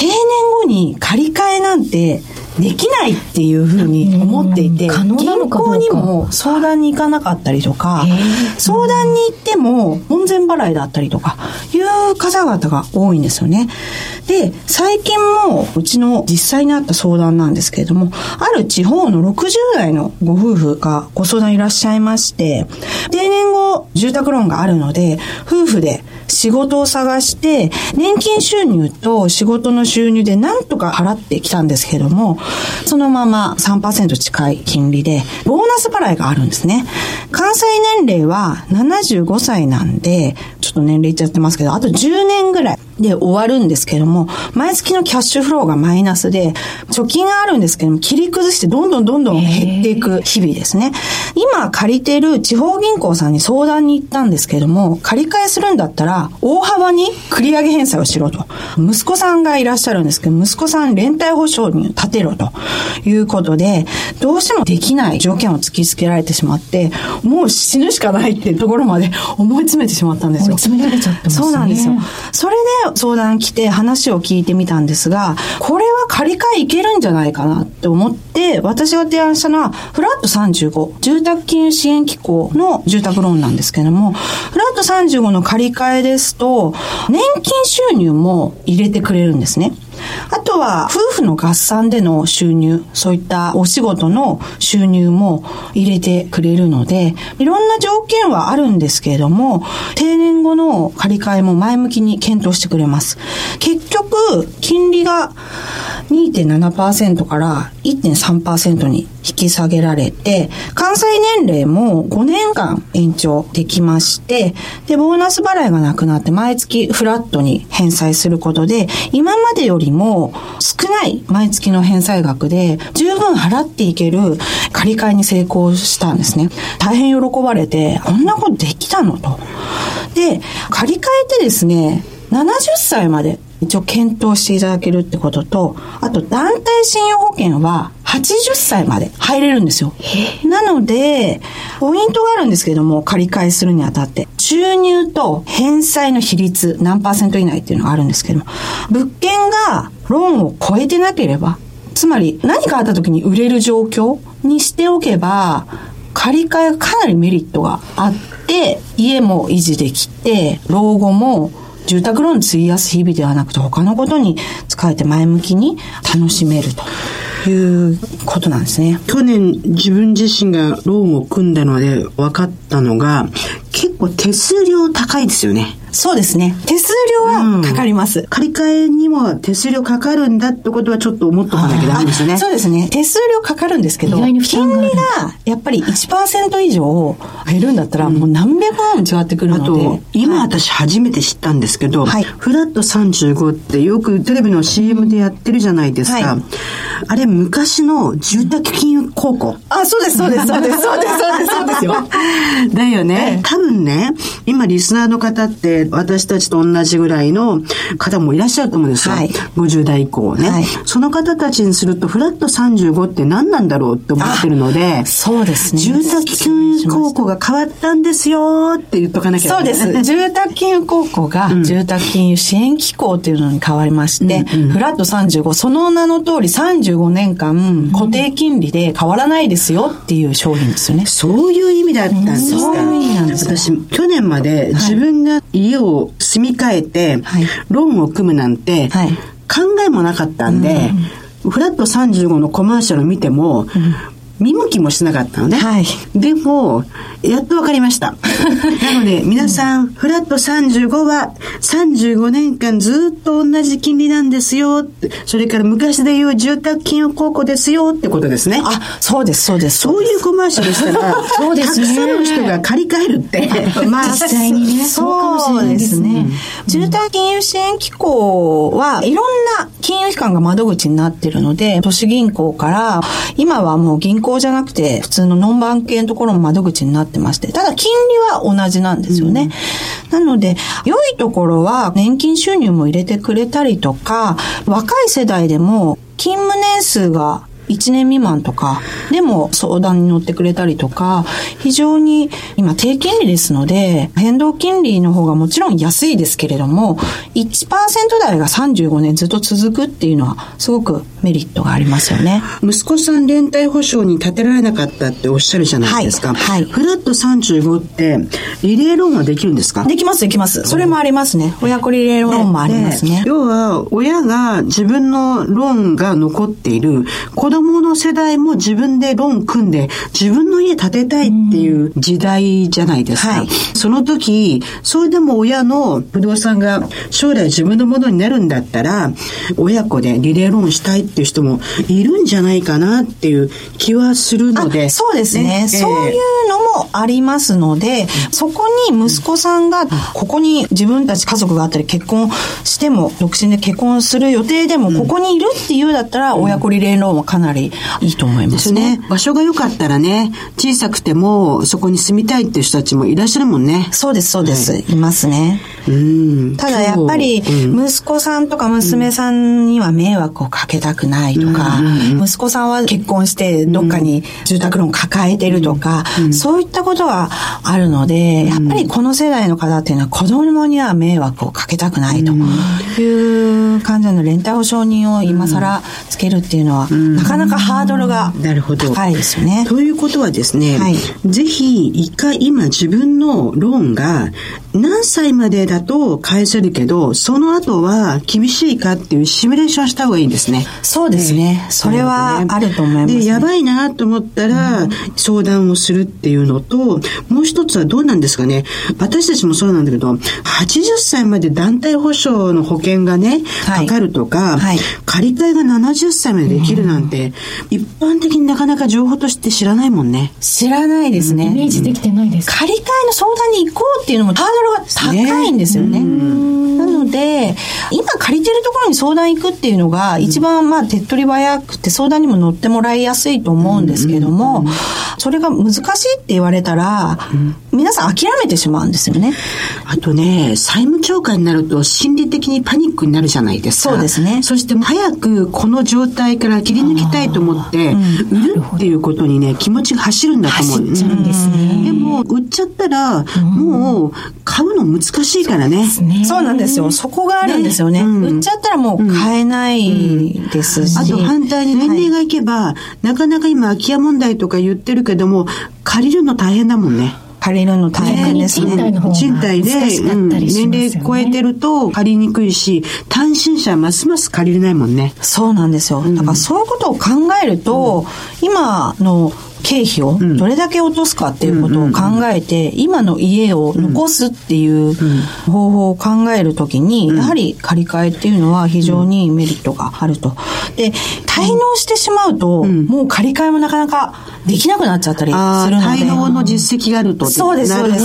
後に借り換えなんてできないっていうふうに思っていて、銀行にも相談に行かなかったりとか、相談に行っても門前払いだったりとかいう方々が多いんですよね。で、最近もうちの実際にあった相談なんですけれども、ある地方の60代のご夫婦がご相談いらっしゃいまして、定年後住宅ローンがあるので、夫婦で仕事を探して年金収入と仕事の収入でなんとか払ってきたんですけども、そのまま 3% 近い金利でボーナス払いがあるんですね。関西年齢は75歳なんで、ちょっと年齢いっちゃってますけど、あと10年ぐらいで終わるんですけども、毎月のキャッシュフローがマイナスで、貯金があるんですけども、切り崩してどんどん減っていく日々ですね。今借りてる地方銀行さんに相談に行ったんですけども、借り換えするんだったら大幅に繰り上げ返済をしろと。息子さんがいらっしゃるんですけど、息子さん連帯保証に立てろということで、どうしてもできない条件を突きつけられてしまって、もう死ぬしかないっていうところまで思い詰めてしまったんですよ。 追い詰められちゃってますね。 そうなんですよ。それで相談来て話を聞いてみたんですが、これは借り換えいけるんじゃないかなって思って、私が提案したのはフラット35、住宅金融支援機構の住宅ローンなんですけども、フラット35の借り換えですと年金収入も入れてくれるんですね。あとは夫婦の合算での収入、そういったお仕事の収入も入れてくれるので、いろんな条件はあるんですけれども、定年後の借り換えも前向きに検討してくれます。結局金利が 2.7% から 1.3% に引き下げられて、関西年齢も5年間延長できまして、でボーナス払いがなくなって毎月フラットに返済することで、今までよりも少ない毎月の返済額で十分払っていける借り換えに成功したんですね。大変喜ばれて、こんなことできたのと。で、借り換えてですね、70歳まで一応検討していただけるってことと、あと団体信用保険は80歳まで入れるんですよ。なのでポイントがあるんですけども、借り換えするにあたって収入と返済の比率何%以内っていうのがあるんですけども、物件がローンを超えてなければ、つまり何かあった時に売れる状況にしておけば、借り換えがかなりメリットがあって、家も維持できて、老後も住宅ローンに費やす日々ではなくて他のことに使えて前向きに楽しめるということなんですね。 去年自分自身がローンを組んだので分かったのが、結構手数料高いですよね。 そうですね。手数料はかかります。 借り換えにも手数料かかるんだってことはちょっと思っとかなきゃダメですよね。 そうですね。手数料かかるんですけど、金利がやっぱり 1% 以上減るんだったら、もう何百万も違ってくるので。 あと、今私初めて知ったんですけど、フラット35ってよくテレビの CM でやってるじゃないですか。あれ昔の住宅金融公庫。 あ、そうです、そうです、そうです、そうです、そうですよ。 だよね。多分ね、今リスナーの方って私たちと同じぐらいの方もいらっしゃると思うんですよ。50代以降ね。その方たちにするとフラット35って何なんだろうって思ってるので、 そうですね。 住宅金融公庫が変わったんですよって言っとかなきゃいけない。 そうです。住宅金融公庫が住宅金融支援機構っていうのに変わりまして、フラット35、その名の通り35年間固定金利で変わらないですよっていう商品ですよね。 そういう意味だったんですか。 そういう意味なんです。 私去年まで自分が家を住み替えてローンを組むなんて考えもなかったんで、フラット35のコマーシャル見ても見向きもしなかったのね。でもやっとわかりました。なので皆さん、フラット35は35年間ずっと同じ金利なんですよって、それから昔でいう住宅金融公庫ですよってことですね。 あ、そうです、そうです。 そういうコマーシャルしたらそうですね、たくさんの人が借り換えるって実際にね、そうかもしれないですね。住宅金融支援機構はいろんな金融機関が窓口になっているので、都市銀行から今はもう銀行じゃなくて普通のノンバン系のところも窓口になってまして、ただ金利は同じなんですよね。なので良いところは年金収入も入れてくれたりとか、若い世代でも勤務年数が 1年未満とかでも相談に乗ってくれたりとか、非常に今低金利ですので、変動金利の方がもちろん安いですけれども、1% 台が35年ずっと続くっていうのはすごくメリットがありますよね。 息子さん連帯保証に立てられなかったっておっしゃるじゃないですか。はい。フラット35ってリレーローンはできるんですか？ できますできます。それもありますね。親子リレーローンもありますね。 要は親が自分のローンが残っている子供の世代も自分でローン組んで自分の家建てたいっていう時代じゃないですか。はい、その時、それでも親の不動産が将来自分のものになるんだったら、親子でリレーローンしたいっていう人もいるんじゃないかなっていう気はするので。 そうですね。そういうのもありますので、そこに息子さんが、ここに自分たち家族があったり結婚しても、独身で結婚する予定でも、ここにいるっていうだったら、親子リレーローンはかなりいいと思いますね。 場所が良かったらね、小さくてもそこに住みたいっていう人たちもいらっしゃるもんね。 そうですそうです、はい、いますね。ただやっぱり息子さんとか娘さんには迷惑をかけたくないとか、息子さんは結婚してどっかに住宅ローン抱えてるとか、そういったことがあるので、やっぱりこの世代の方っていうのは子供には迷惑をかけたくないという感じの連帯保証人を今更つけるっていうのは、なかなかハードルが高いですよね。 ということはですね、はい、ぜひ一回今自分のローンが何歳までだと返せるけど、その後は厳しいかっていうシミュレーションした方がいいんですね。 そうですね。それはあると思いますね。 で、やばいなと思ったら相談をするっていうのと、もう一つはどうなんですかね。私たちもそうなんだけど、80歳まで団体保証の保険がね、かかるとか、はい、借り換えが70歳までできるなんて、一般的になかなか情報として知らないもんね。 知らないですね。 イメージできてないです。 借り換えの相談に行こうっていうのもハードルが高いんですよね。なので、今借りてるところに相談行くっていうのが一番手っ取り早くて相談にも乗ってもらいやすいと思うんですけども、それが難しいって言われたら、皆さん諦めてしまうんですよね。 あとね、債務超過になると心理的にパニックになるじゃないですか。 そうですね。 そして早くこの状態から切り抜きたいと思って売るっていうことにね、気持ちが走るんだと思う。 走っちゃうんですね。 でも売っちゃったらもう買うの難しいからね。 そうなんですよ。そこがあるんですよね。売っちゃったらもう買えないですし、 あと反対に年齢がいけば、なかなか今空き家問題とか言ってるけども、借りるの大変だもんね。 借りるの大変ですね。 賃貸で、年齢超えてると借りにくいし、単身者はますます借りれないもんね。 そうなんですよ。だからそういうことを考えると、今の経費をどれだけ落とすかっていうことを考えて、今の家を残すっていう方法を考えるときに、やはり借り換えっていうのは非常にメリットがあると。で、滞納してしまうと、もう借り換えもなかなかできなくなっちゃったりするので。 滞納の実績があると。 そうです、そうです。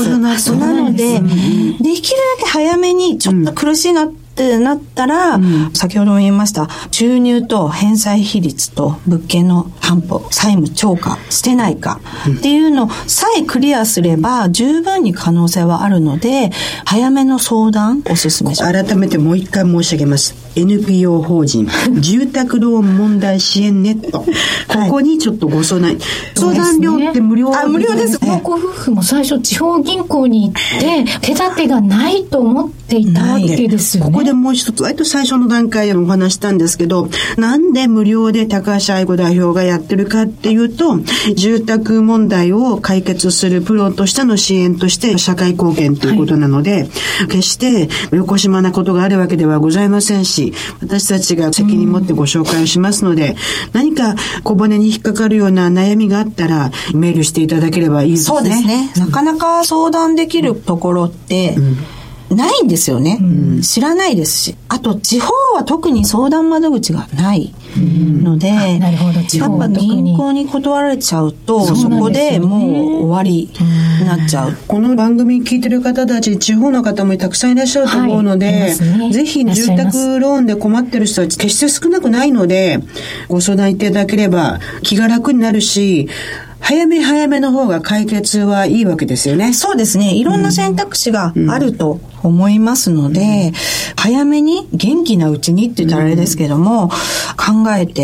なので、できるだけ早めにちょっと苦しいなってなったら、先ほども言いました収入と返済比率と物件の担保、債務超過してないかっていうのさえクリアすれば十分に可能性はあるので、早めの相談おすすめします。 改めてもう一回申し上げます。NPO 法人住宅ローン問題支援ネット、ここにちょっとご相談、相談料って無料、 無料です。 ご夫婦も最初地方銀行に行って手立てがないと思っていたわけですよね。 ここでもう一つ、割と最初の段階でお話したんですけど、なんで無料で高橋愛子代表がやってるかっていうと、住宅問題を解決するプロとしての支援として社会貢献ということなので、決してよこしまなことがあるわけではございませんし、私たちが責任持ってご紹介をしますので、何か小骨に引っかかるような悩みがあったらメールしていただければいいですね。 そうですね。なかなか相談できるところって、ないんですよね、知らないですし、あと地方は特に相談窓口がないので、 なるほど、 やっぱ銀行に断られちゃうと そこでもう終わりになっちゃう。 この番組聞いてる方たち、地方の方もたくさんいらっしゃると思うので、ぜひ住宅ローンで困ってる人は決して少なくないので、ご相談いただければ気が楽になるし、早め早めの方が解決はいいわけですよね。 そうですね。いろんな選択肢があると思いますので、早めに元気なうちにって言ったらあれですけども、考えて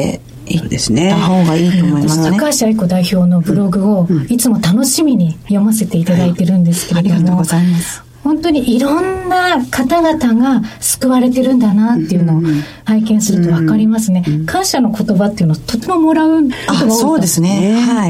行った方がいいと思いますね。 高橋愛子代表のブログをいつも楽しみに読ませていただいてるんですけれども、 ありがとうございます。 本当にいろんな方々が救われてるんだなっていうのを拝見すると分かりますね。感謝の言葉っていうのをとてももらうことが多い。 そうですね。はい。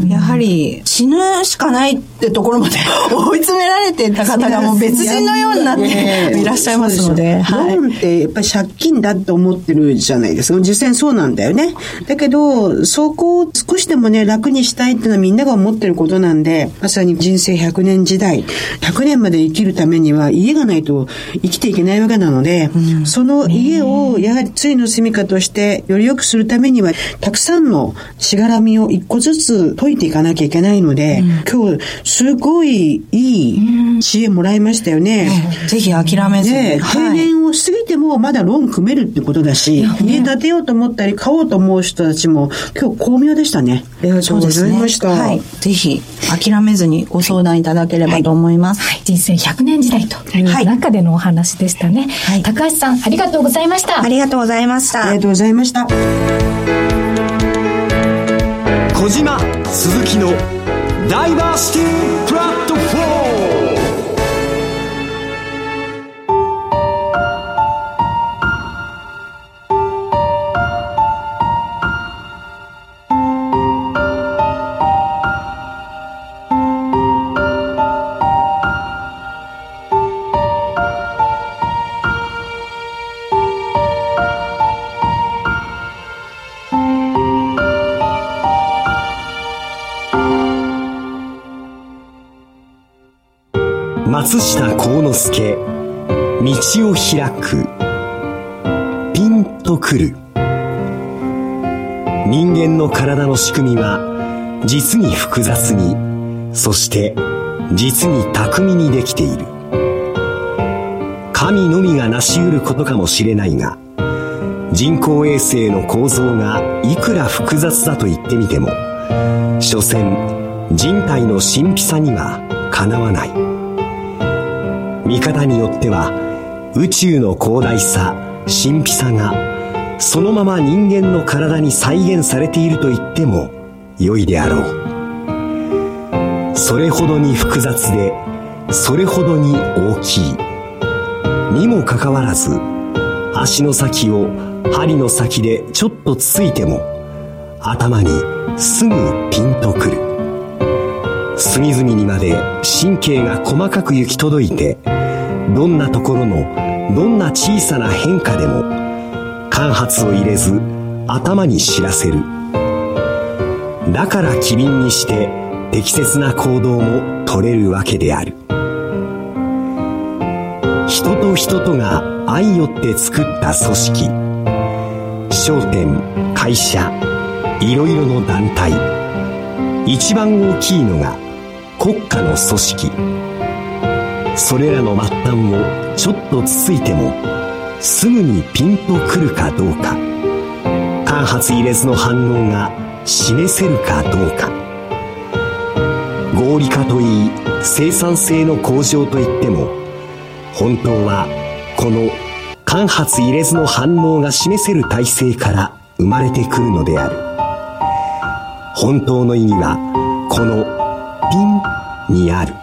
やはり死ぬしかないってところまで追い詰められてた方がもう別人のようになっていらっしゃいますので。 ローンってやっぱり借金だと思ってるじゃないですか。実際にそうなんだよね。だけど、そこを少しでもね、楽にしたいっていうのはみんなが思ってることなんで、まさに人生100年時代、100年まで生きるためには家がないと生きていけないわけなので、その家をやはりついの住処としてより良くするためにはたくさんのしがらみを一個ずつ解いていかなきゃいけないので、今日すごいいい知恵もらいましたよね。 ぜひ諦めずに、 定年を過ぎてもまだローン組めるってことだし、家建てようと思ったり買おうと思う人たちも今日巧妙でしたね。ありがとうございました。 はい、ぜひ諦めずにご相談いただければと思います。 人生100年時代という中でのお話でしたね。高橋さん、ありがとうございました。 ありがとうございました。 ありがとうございました。 小島鈴木のダイバーシティプラットフォーム。松下幸之助、道を開く、ピンとくる。人間の体の仕組みは実に複雑に、そして実に巧みにできている。神のみが成し得ることかもしれないが、人工衛星の構造がいくら複雑だと言ってみても、所詮人体の神秘さにはかなわない。見方によっては宇宙の広大さ、神秘さがそのまま人間の体に再現されていると言っても良いであろう。それほどに複雑で、それほどに大きいにもかかわらず、足の先を針の先でちょっとつついても頭にすぐピンとくる。隅々にまで神経が細かく行き届いて、どんなところのどんな小さな変化でも間髪を入れず頭に知らせる。だから機敏にして適切な行動も取れるわけである。人と人とが相よって作った組織、商店、会社、いろいろの団体、一番大きいのが国家の組織。それらの末端をちょっとつついてもすぐにピンとくるかどうか、間髪入れずの反応が示せるかどうか、合理化といい生産性の向上といっても、本当はこの間髪入れずの反応が示せる体制から生まれてくるのである。本当の意味はこのピンにある。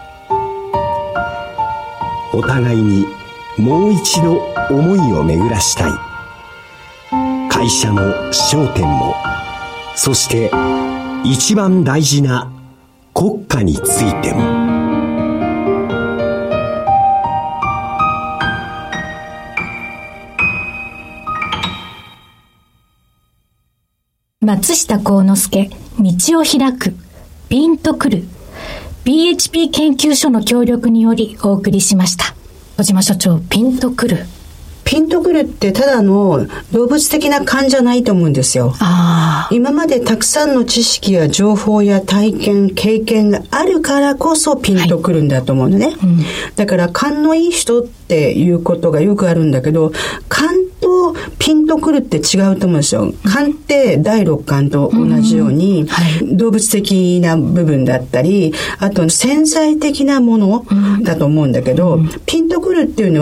お互いにもう一度思いを巡らしたい。会社も商店も、そして一番大事な国家についても。 松下幸之助、道を開く、ピンとくる。PHP 研究所の協力によりお送りしました。小島所長、ピンとくる。 ピンとくるってただの動物的な感じじゃないと思うんですよ。今までたくさんの知識や情報や体験、経験があるからこそピンとくるんだと思うのね。だから勘のいい人っていうことがよくあるんだけど、勘とピンとくるって違うと思うんですよ。勘って第六感と同じように、動物的な部分だったり、あと潜在的なものだと思うんだけど、ピンとくるっていうのはヒン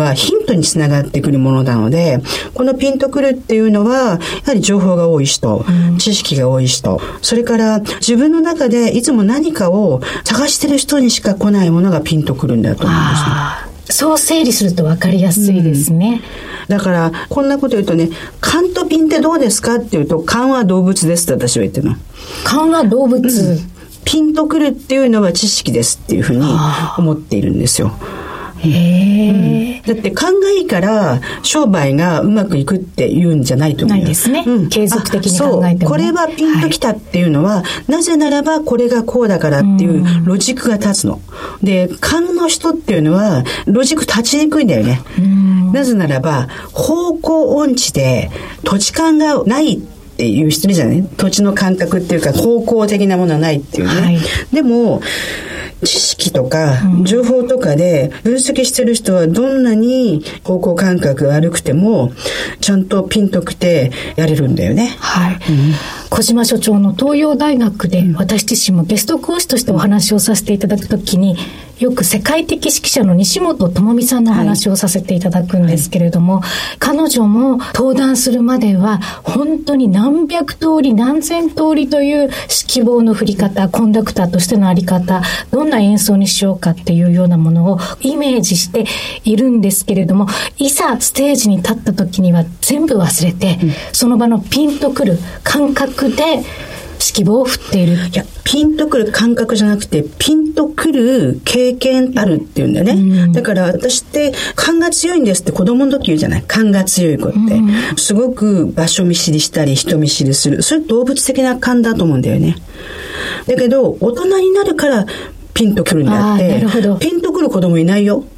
後につながってくるものなので、このピンとくるっていうのは、やはり情報が多い人、知識が多い人、それから自分の中でいつも何かを探してる人にしか来ないものがピンとくるんだと思うんですね。 そう整理すると分かりやすいですね。 だからこんなこと言うとね、勘とピンってどうですかっていうと、勘は動物ですって私は言ってるの。 勘は動物、 ピンとくるっていうのは知識ですっていうふうに思っているんですよ。だって勘がいいから商売がうまくいくっていうんじゃないと思う。 ないですね、継続的に考えても、ね、 これはピンときたっていうのは、なぜならばこれがこうだからっていうロジックが立つの。で、勘の人っていうのはロジック立ちにくいんだよね。なぜならば方向音痴で土地勘がないっていう人じゃない。土地の感覚っていうか方向的なものはないっていうね、でも知識とか情報とかで分析してる人はどんなに方向感覚が悪くてもちゃんとピンときてやれるんだよね。 小島所長の東洋大学で私自身もゲスト講師としてお話をさせていただくときに、よく世界的指揮者の西本智美さんのお話をさせていただくんですけれども、彼女も登壇するまでは本当に何百通り何千通りという指揮棒の振り方、コンダクターとしてのあり方、どんな演奏にしようかっていうようなものをイメージしているんですけれども、いざステージに立った時には全部忘れて、その場のピンとくる感覚で指揮棒を振っている。 いや、ピンとくる感覚じゃなくて、ピンとくる経験あるっていうんだよね。だから私って勘が強いんですって子供の時言うじゃない。勘が強い子って。すごく場所見知りしたり人見知りする。それ動物的な勘だと思うんだよね。だけど、大人になるからピンとくるんだって、ピンとくる子供いないよ。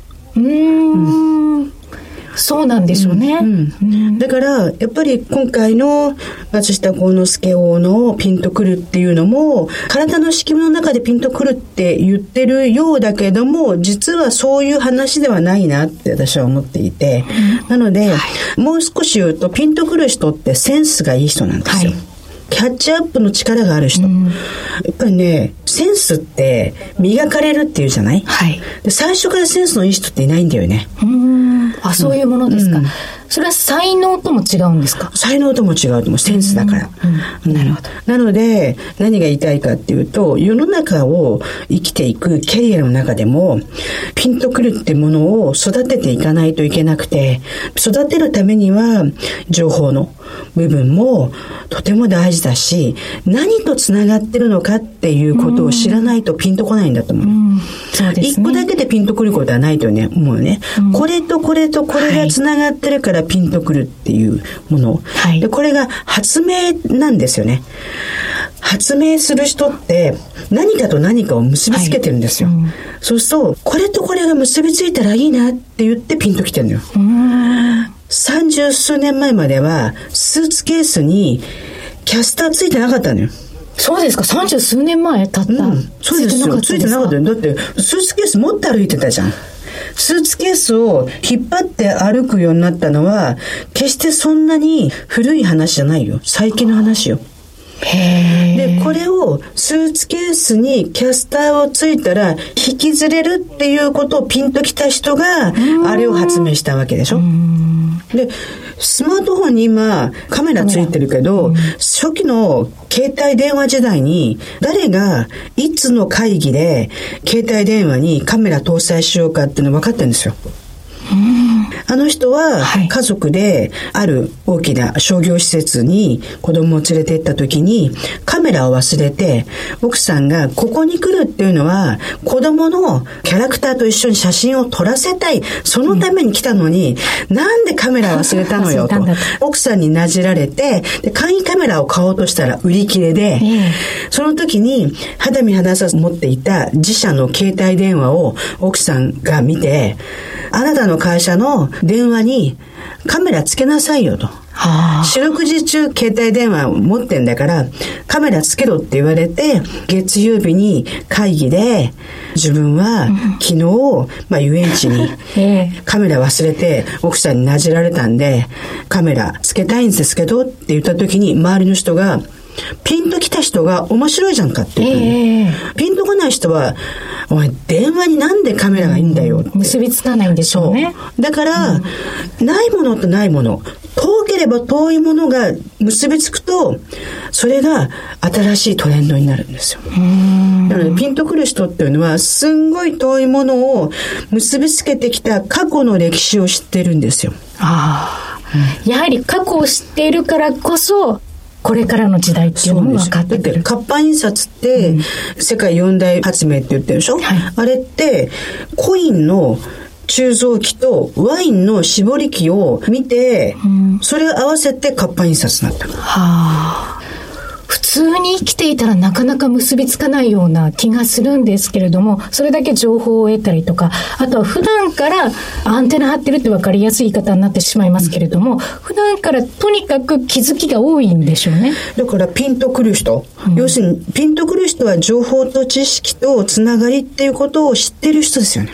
そうなんでしょうね。 だからやっぱり今回の松下幸之助王のピンとくるっていうのも、体の仕組みの中でピンとくるって言ってるようだけども、実はそういう話ではないなって私は思っていて、なので、もう少し言うとピンとくる人ってセンスがいい人なんですよ。キャッチアップの力がある人、やっぱりね、センスって磨かれるっていうじゃない、で最初からセンスのいい人っていないんだよね。 そういうものですか。それは才能とも違うんですか？ 才能とも違うと思う。センスだから。 なるほど。 なので何が言いたいかっていうと、世の中を生きていくキャリアの中でもピンとくるってものを育てていかないといけなくて、育てるためには情報の部分もとても大事だし、何とつながってるのかっていうことを知らないとピンとこないんだと思う。 そうですね。 一個だけでピンとくることはないとね、思うね。これとこれとこれがつながってるからピンとくるっていうもの、でこれが発明なんですよね。発明する人って何かと何かを結びつけてるんですよ。そうするとこれとこれが結びついたらいいなって言ってピンときてるのよ。30数年前まではスーツケースにキャスターついてなかったのよ。 そうですか。30数年前経った、 そうですよ。ついてなかったよ。だってスーツケース持って歩いてたじゃん。スーツケースを引っ張って歩くようになったのは決してそんなに古い話じゃないよ。最近の話よ。でこれをスーツケースにキャスターをついたら引きずれるっていうことをピンときた人があれを発明したわけでしょ。でスマートフォンに今カメラついてるけど、初期の携帯電話時代に誰がいつの会議で携帯電話にカメラ搭載しようかっていうの分かってるんですよ。あの人は家族である大きな商業施設に子供を連れて行った時にカメラを忘れて、奥さんがここに来るっていうのは子供のキャラクターと一緒に写真を撮らせたい、そのために来たのになんでカメラ忘れたのよと奥さんになじられて、で簡易カメラを買おうとしたら売り切れで、その時に肌身離さず持っていた自社の携帯電話を奥さんが見て、あなたの会社の電話にカメラつけなさいよと。四六時中携帯電話を持ってんだからカメラつけろって言われて、月曜日に会議で自分は昨日、遊園地にカメラ忘れて奥さんになじられたんでカメラつけたいんですけどって言った時に、周りの人がピンときた人が面白いじゃんかって言う、ピンとこない人はお前電話になんでカメラがいいんだよって、 結びつかないんでしょうね。 だから、ないものとないもの、遠ければ遠いものが結びつくと、それが新しいトレンドになるんですよ。なのでピンとくる人っていうのは、すんごい遠いものを結びつけてきた過去の歴史を知ってるんですよ。 やはり過去を知っているからこそ、これからの時代っていうのも分かってくる。 だって活版印刷って、世界4大発明って言ってるでしょ、あれってコインの鋳造機とワインの絞り機を見て、それを合わせて活版印刷になったの。 普通に生きていたらなかなか結びつかないような気がするんですけれども、それだけ情報を得たりとか、あとは普段からアンテナ張ってるって分かりやすい言い方になってしまいますけれども、普段からとにかく気づきが多いんでしょうね。 だからピンとくる人、要するにピンとくる人は情報と知識とつながりっていうことを知ってる人ですよね。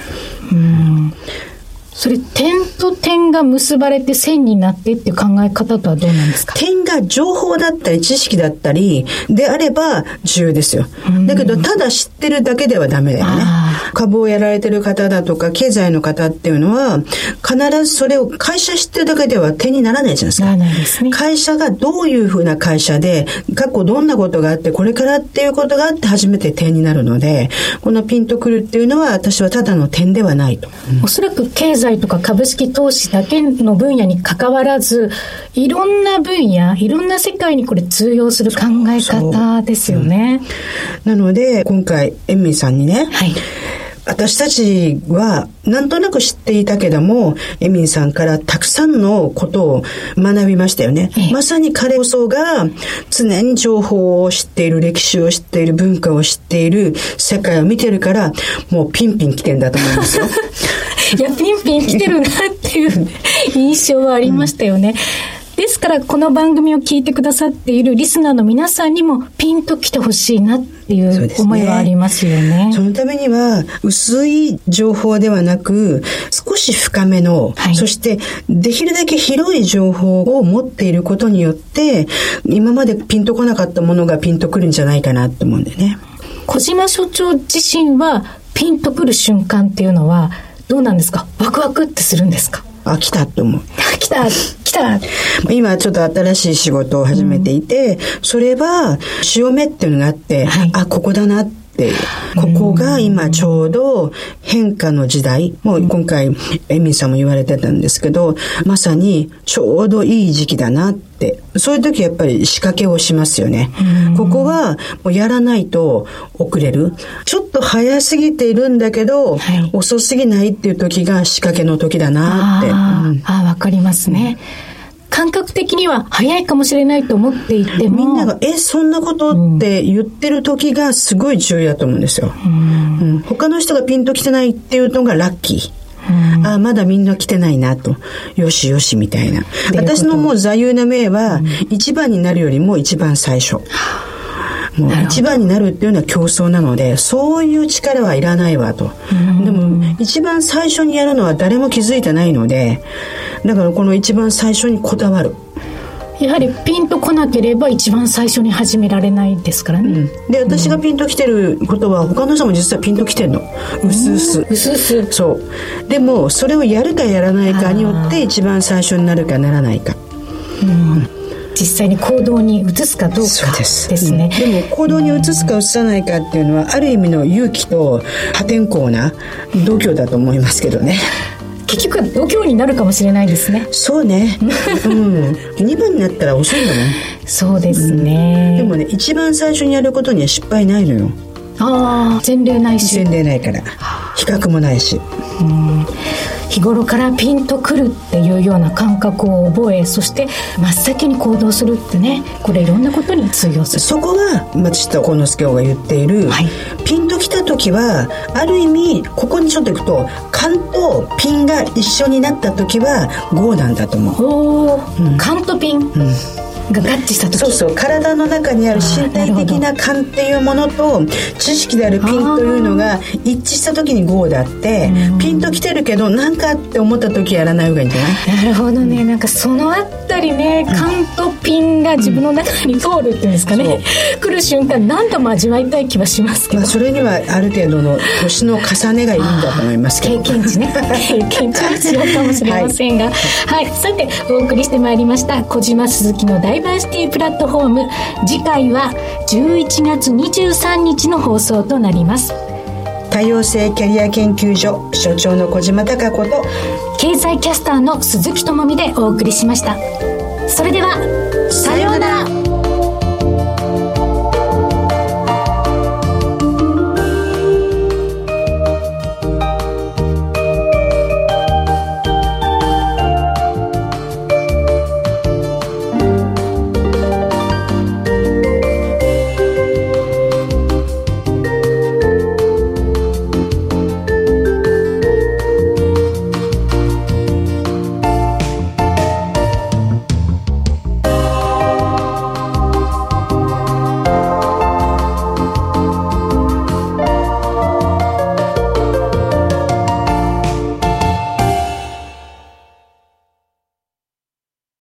それ点と点が結ばれて線になってっていう考え方とはどうなんですか？ 点が情報だったり知識だったりであれば重要ですよ。だけどただ知ってるだけではダメだよね。株をやられてる方だとか経済の方っていうのは必ずそれを会社知ってるだけでは点にならないじゃないですか。 ならないですね。 会社がどういうふうな会社で過去どんなことがあってこれからっていうことがあって初めて点になるので、このピンとくるっていうのは私はただの点ではないと。 おそらく経済とか株式投資だけの分野に関わらず、いろんな分野、いろんな世界にこれ通用する考え方ですよね。 なので今回エンミンさんにね、私たちはなんとなく知っていたけども、エミンさんからたくさんのことを学びましたよね。まさに彼こそが常に情報を知っている、歴史を知っている、文化を知っている、世界を見てるから、もうピンピン来てんだと思いますよ。 いや、ピンピン来てるなっていう印象はありましたよね。ですからこの番組を聞いてくださっているリスナーの皆さんにもピンと来てほしいなっていう思いはありますよね。 そのためには薄い情報ではなく少し深めの、そしてできるだけ広い情報を持っていることによって今までピンとこなかったものがピンとくるんじゃないかなと思うんだよね。 小島所長自身はピンとくる瞬間っていうのはどうなんですか？ワクワクってするんですか？ 来たと思う。 来た今ちょっと新しい仕事を始めていて、それは潮目っていうのがあって、ここだなってここが今ちょうど変化の時代、もう今回エミさんも言われてたんですけど、まさにちょうどいい時期だなって、そういう時やっぱり仕掛けをしますよね。ここはもうやらないと遅れる、ちょっと早すぎているんだけど、遅すぎないっていう時が仕掛けの時だなって。 わかりますね。感覚的には早いかもしれないと思っていても、 みんながそんなことって言ってる時がすごい重要だと思うんですよ。他の人がピンと来てないっていうのがラッキー。まだみんな来てないなと、よしよしみたいな。私のもう座右の銘は、一番になるよりも一番最初。もう一番になるっていうのは競争なので、そういう力はいらないわと。でも一番最初にやるのは誰も気づいてないので、だからこの一番最初にこだわる。 やはりピンとこなければ一番最初に始められないですからね。 で、私がピンときてることは他の人も実はピンときてるの。うすうす。そう。でもそれをやるかやらないかによって一番最初になるかならないか。 実際に行動に移すかどうかですね。 でも行動に移すか移さないかっていうのはある意味の勇気と破天荒な度胸だと思いますけどね。 結局は度胸になるかもしれないですね。 そうね。2番になったら遅いんだもん。 そうですね。 でもね、一番最初にやることには失敗ないのよ。 前例ないし。 前例ないから。比較もないし。 日頃からピンとくるっていうような感覚を覚え、そして真っ先に行動するってね、これいろんなことに通用する。 そこが松下幸之助が言っている、ピンときた時はある意味ここにちょっと行くと勘とピンが一緒になった時はゴーなんだと思う。 勘とピン、が合致した時、 そう体の中にある身体的な勘っていうものと知識であるピンというのが一致した時にゴーだって、ピンと来てるけどなんかって思った時やらない方がいいんじゃない？ なるほどね。なんかそのあたりね、勘とピンが自分の中に通るっていうんですかね、来る瞬間何度も味わいたい気はしますけど、 それにはある程度の年の重ねがいいんだと思いますけど、 経験値ね経験値は必要かもしれませんが、はい、さてお送りしてまいりました小島鈴木のダイバーシティプラットフォーム、次回は11月23日の放送となります。 多様性キャリア研究所所長の小島貴子と経済キャスターの鈴木智美でお送りしました。それではさようなら。